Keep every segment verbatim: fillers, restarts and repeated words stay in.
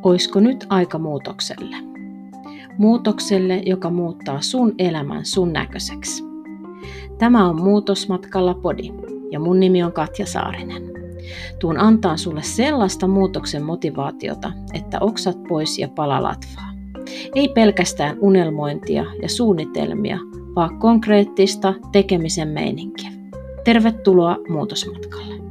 Oisko nyt aika muutokselle? Muutokselle, joka muuttaa sun elämän sun näköiseksi. Tämä on Muutosmatkalla podi ja mun nimi on Katja Saarinen. Tuun antaa sulle sellaista muutoksen motivaatiota, että oksat pois ja pala latvaa. Ei pelkästään unelmointia ja suunnitelmia, vaan konkreettista tekemisen meininkiä. Tervetuloa Muutosmatkalle.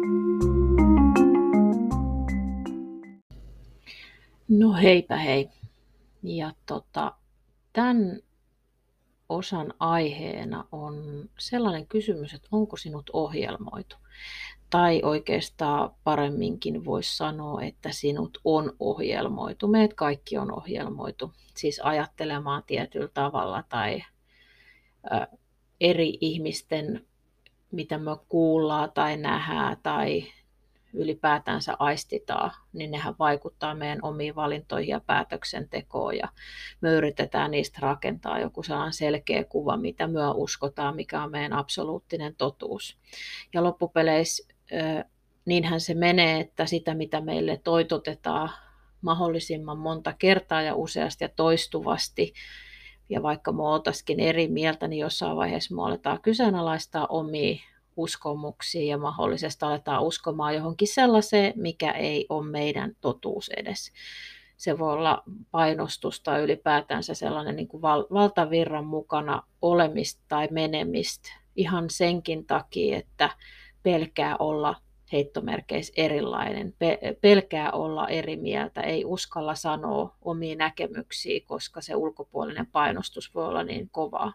No heipä hei. Ja tota, tämän osan aiheena on sellainen kysymys, että onko sinut ohjelmoitu? Tai oikeastaan paremminkin voisi sanoa, että sinut on ohjelmoitu. Meidät kaikki on ohjelmoitu, siis ajattelemaan tietyllä tavalla tai ä, eri ihmisten, mitä me kuullaan tai nähdään tai ylipäätänsä aistitaan, niin nehän vaikuttaa meidän omiin valintoihin ja päätöksentekoon ja me yritetään niistä rakentaa joku sellainen selkeä kuva, mitä me uskotaan, mikä on meidän absoluuttinen totuus. Ja loppupeleissä niinhän se menee, että sitä mitä meille toitotetaan mahdollisimman monta kertaa ja useasti ja toistuvasti, ja vaikka me oltaisikin eri mieltä, niin jossain vaiheessa me aletaan kyseenalaistaa omia uskomuksia ja mahdollisesti aletaan uskomaan johonkin sellaiseen, mikä ei ole meidän totuus edes. Se voi olla painostusta tai ylipäätänsä sellainen niin kuin val- valtavirran mukana olemista tai menemistä ihan senkin takia, että pelkää olla heittomerkeissä erilainen, pe- pelkää olla eri mieltä, ei uskalla sanoa omia näkemyksiä, koska se ulkopuolinen painostus voi olla niin kovaa.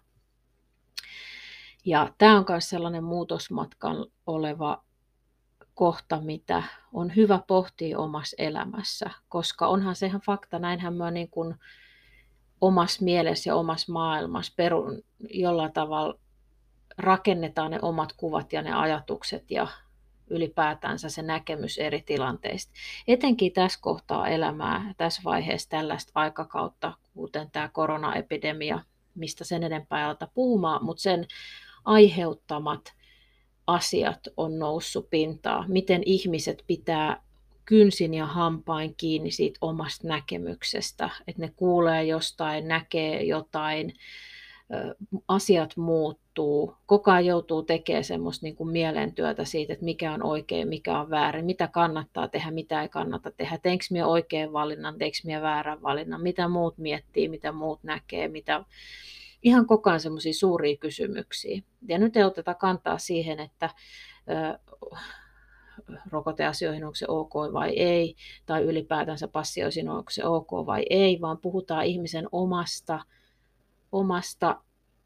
Ja tämä on myös sellainen muutosmatkan oleva kohta, mitä on hyvä pohtia omassa elämässä, koska onhan se ihan fakta, näinhän me niin kuin omassa mielessä ja omassa maailmassa perun, jollain tavalla rakennetaan ne omat kuvat ja ne ajatukset ja ylipäätänsä se näkemys eri tilanteista. Etenkin tässä kohtaa elämää, tässä vaiheessa tällaista aikakautta, kuten tämä koronaepidemia, mistä sen enempää ei aleta puhumaan, mutta sen aiheuttamat asiat on noussut pintaan. Miten ihmiset pitää kynsin ja hampain kiinni siitä omasta näkemyksestä, että ne kuulee jostain, näkee jotain, asiat muuttuu, koko ajan joutuu tekemään semmoista niin kuin mielentyötä siitä, että mikä on oikein, mikä on väärin, mitä kannattaa tehdä, mitä ei kannata tehdä, teinkö minä oikein valinnan, teinkö minä väärän valinnan, mitä muut miettii, mitä muut näkee, mitä ihan koko ajan semmoisia suuria kysymyksiä. Ja nyt ei oteta kantaa siihen, että ö, rokoteasioihin onko se ok vai ei, tai ylipäätänsä passioihin onko se ok vai ei, vaan puhutaan ihmisen omasta, omasta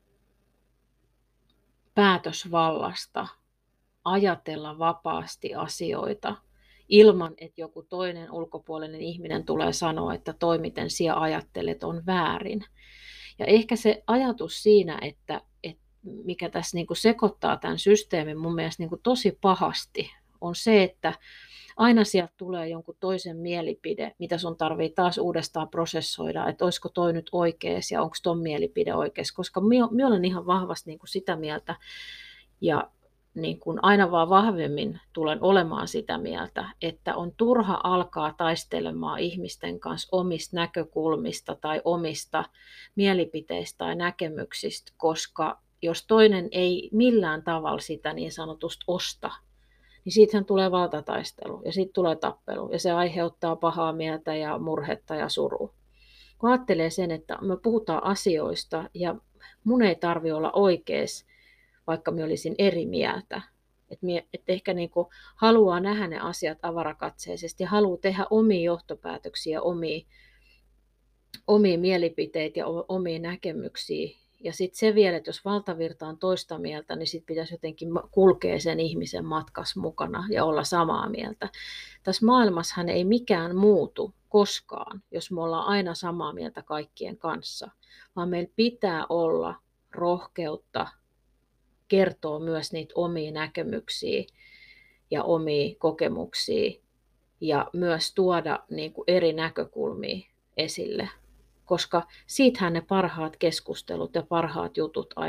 päätösvallasta ajatella vapaasti asioita ilman, että joku toinen ulkopuolinen ihminen tulee sanoa, että toi miten sinä ajattelet on väärin. Ja ehkä se ajatus siinä, että, että mikä tässä niin kuin sekoittaa tämän systeemin mun mielestä niin kuin tosi pahasti, on se, että aina sieltä tulee jonkun toisen mielipide, mitä sun tarvii taas uudestaan prosessoida, että olisiko toi nyt oikeas ja onko ton mielipide oikeas, koska minä olen ihan vahvasti niin kuin sitä mieltä ja niin kuin aina vaan vahvemmin tulen olemaan sitä mieltä, että on turha alkaa taistelemaan ihmisten kanssa omista näkökulmista tai omista mielipiteistä tai näkemyksistä, koska jos toinen ei millään tavalla sitä niin sanotusti osta, niin siitähän tulee valtataistelu ja siitä tulee tappelu ja se aiheuttaa pahaa mieltä ja murhetta ja surua. Kun ajattelee sen, että me puhutaan asioista ja mun ei tarvitse olla oikeassa, vaikka minä olisin eri mieltä. Että et ehkä niinku haluaa nähdä ne asiat avarakatseisesti ja haluaa tehdä omia johtopäätöksiä, omia, omia mielipiteitä ja omia näkemyksiä. Ja sitten se vielä, että jos valtavirta on toista mieltä, niin sitten pitäisi jotenkin kulkea sen ihmisen matkas mukana ja olla samaa mieltä. Tässä maailmassahan ei mikään muutu koskaan, jos me ollaan aina samaa mieltä kaikkien kanssa, vaan meillä pitää olla rohkeutta kertoo myös niitä omia näkemyksiä ja omia kokemuksia ja myös tuoda niin kuin eri näkökulmia esille, koska siitähän ne parhaat keskustelut ja parhaat jutut aina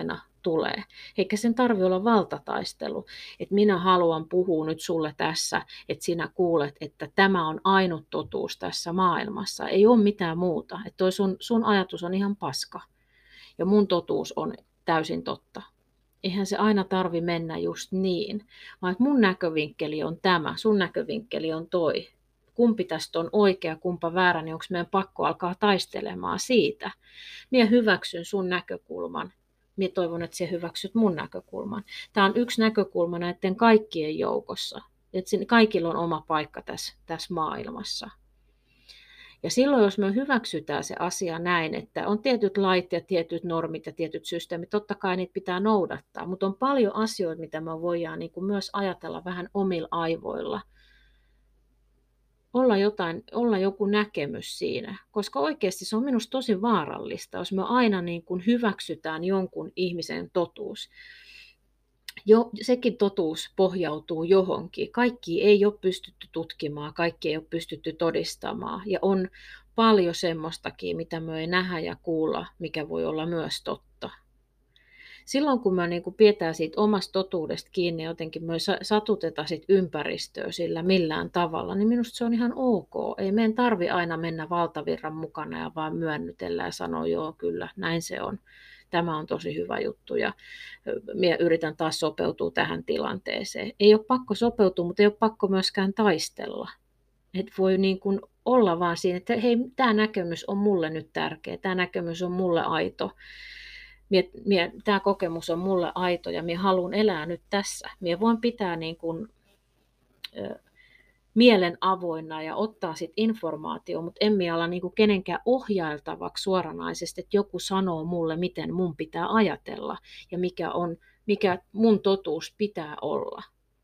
tulee. Eikä sen tarvitse olla valtataistelu, että minä haluan puhua nyt sulle tässä, että sinä kuulet, että tämä on ainut totuus tässä maailmassa. Ei ole mitään muuta, että toi sun, sun ajatus on ihan paska ja mun totuus on täysin totta. Eihän se aina tarvi mennä just niin, vaan että mun näkövinkkeli on tämä, sun näkövinkkeli on toi. Kumpi tästä on oikea, kumpa väärä, niin onko meidän pakko alkaa taistelemaan siitä. Minä hyväksyn sun näkökulman. Minä toivon, että sinä hyväksyt mun näkökulman. Tämä on yksi näkökulma näiden kaikkien joukossa. Että kaikilla on oma paikka tässä, tässä maailmassa. Ja silloin, jos me hyväksytään se asia näin, että on tietyt lait ja tietyt normit ja tietyt systeemit, totta kai niitä pitää noudattaa, mutta on paljon asioita, mitä me voidaan niin kuin myös ajatella vähän omilla aivoilla. Olla, jotain, olla joku näkemys siinä, koska oikeasti se on minusta tosi vaarallista, jos me aina niin kuin hyväksytään jonkun ihmisen totuus. Jo, sekin totuus pohjautuu johonkin. Kaikki ei ole pystytty tutkimaan, kaikki ei ole pystytty todistamaan. Ja on paljon semmoistakin, mitä me ei nähdä ja kuulla, mikä voi olla myös totta. Silloin kun me niin kuin pidetään siitä omasta totuudesta kiinni ja jotenkin me satutetaan sit ympäristöä sillä millään tavalla, niin minusta se on ihan ok. Ei meidän tarvi aina mennä valtavirran mukana ja vaan myönnytellä ja sanoa, joo kyllä, näin se on. Tämä on tosi hyvä juttu ja minä yritän taas sopeutua tähän tilanteeseen. Ei ole pakko sopeutua, mutta ei ole pakko myöskään taistella. Et voi niin kuin olla vaan siinä, että hei, tämä näkemys on mulle nyt tärkeä, tämä näkemys on mulle aito. Mie, mie, tämä kokemus on mulle aito ja minä haluan elää nyt tässä. Minä voin pitää niin kuin, ö, mielen avoinna ja ottaa sit informaatiota, mutta en minä ala niin kuin kenenkään ohjailtavaksi suoranaisesti, että joku sanoo mulle, miten mun pitää ajatella ja mikä, on, mikä mun totuus pitää olla.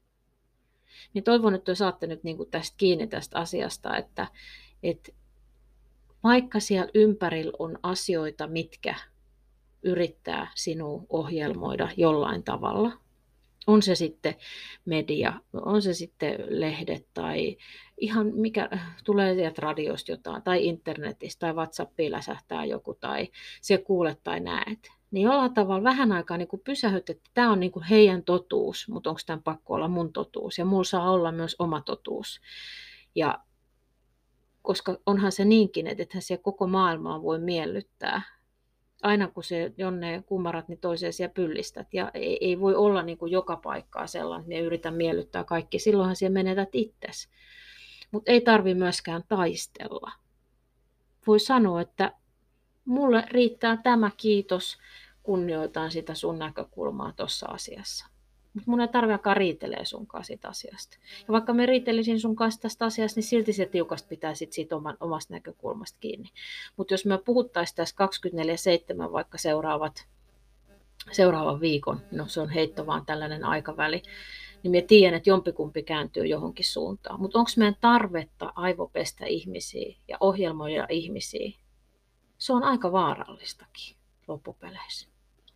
Niin toivon, että te saatte nyt niin kuin tästä kiinni tästä asiasta, että, että vaikka siellä ympärillä on asioita, mitkä yrittää sinua ohjelmoida jollain tavalla. On se sitten media, on se sitten lehdet tai ihan mikä tulee sieltä radiosta jotain tai internetistä tai WhatsAppiin läsähtää joku tai se kuulet tai näet. Niin jollain tavalla vähän aikaa niin pysähyt, että tämä on niin kuin heidän totuus, mutta onko tämän pakko olla mun totuus ja mulla saa olla myös oma totuus. Ja koska onhan se niinkin, että ethän se koko maailmaa voi miellyttää. Aina kun se jonne kumarat, niin toiseen siellä pyllistät. Ja ei, ei voi olla niin kuin joka paikkaa sellainen, että me yritän miellyttää kaikki. Silloinhan siellä menetät itsesi. Mutta ei tarvitse myöskään taistella. Voi sanoa, että mulle riittää tämä, kiitos, kunnioitan sitä sun näkökulmaa tuossa asiassa. Mutta mun ei tarvitse alkaa riitelee sunkaan siitä asiasta. Ja vaikka me riitelisin sun kanssa tästä asiasta, niin silti se tiukasti pitää sit siitä oman, omasta näkökulmasta kiinni. Mutta jos me puhuttaisiin tässä kaksikymmentäneljä seitsemän vaikka seuraavat, seuraavan viikon, no se on heitto vaan tällainen aikaväli, niin me tiedän, että jompikumpi kääntyy johonkin suuntaan. Mutta onko meidän tarvetta aivopestä ihmisiä ja ohjelmoida ihmisiä? Se on aika vaarallistakin loppupeleissä.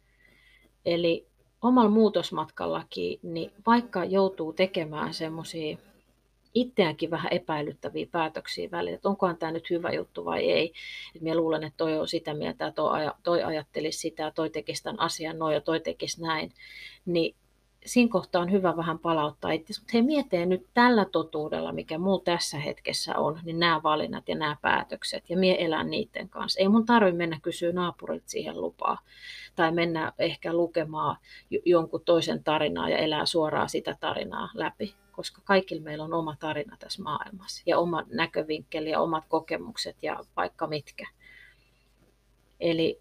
Eli omalla muutosmatkallakin, niin vaikka joutuu tekemään semmoisia itseäänkin vähän epäilyttäviä päätöksiä välillä, että onkohan tämä nyt hyvä juttu vai ei. Et minä luulen, että toi on sitä mieltä, että toi, toi ajattelisi sitä, toi tekisi tämän asian noin ja toi tekisi näin. Niin siinä kohtaa on hyvä vähän palauttaa itse. Mutta hei, miettii nyt tällä totuudella, mikä mulla tässä hetkessä on, niin nämä valinnat ja nämä päätökset. Ja minä elän niiden kanssa. Ei mun tarvitse mennä kysyä naapurilta siihen lupaa. Tai mennä ehkä lukemaan jonkun toisen tarinaa ja elää suoraan sitä tarinaa läpi. Koska kaikilla meillä on oma tarina tässä maailmassa. Ja oma näkövinkkeli ja omat kokemukset ja vaikka mitkä. Eli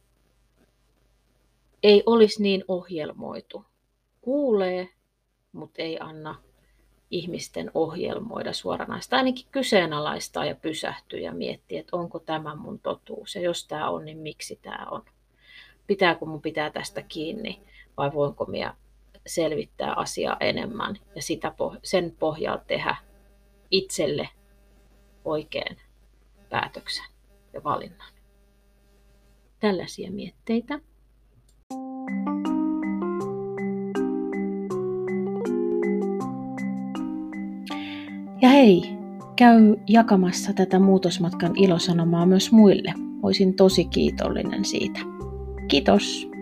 ei olisi niin ohjelmoitu. Kuulee, mutta ei anna ihmisten ohjelmoida suoranaista. Ainakin kyseenalaistaa ja pysähtyä ja miettiä, että onko tämä mun totuus. Ja jos tämä on, niin miksi tämä on. Pitääkö mun pitää tästä kiinni vai voinko minä selvittää asiaa enemmän ja sitä, sen pohjalta tehdä itselle oikean päätöksen ja valinnan. Tällaisia mietteitä. Ja hei, käy jakamassa tätä muutosmatkan ilosanomaa myös muille. Olisin tosi kiitollinen siitä. Kiitos!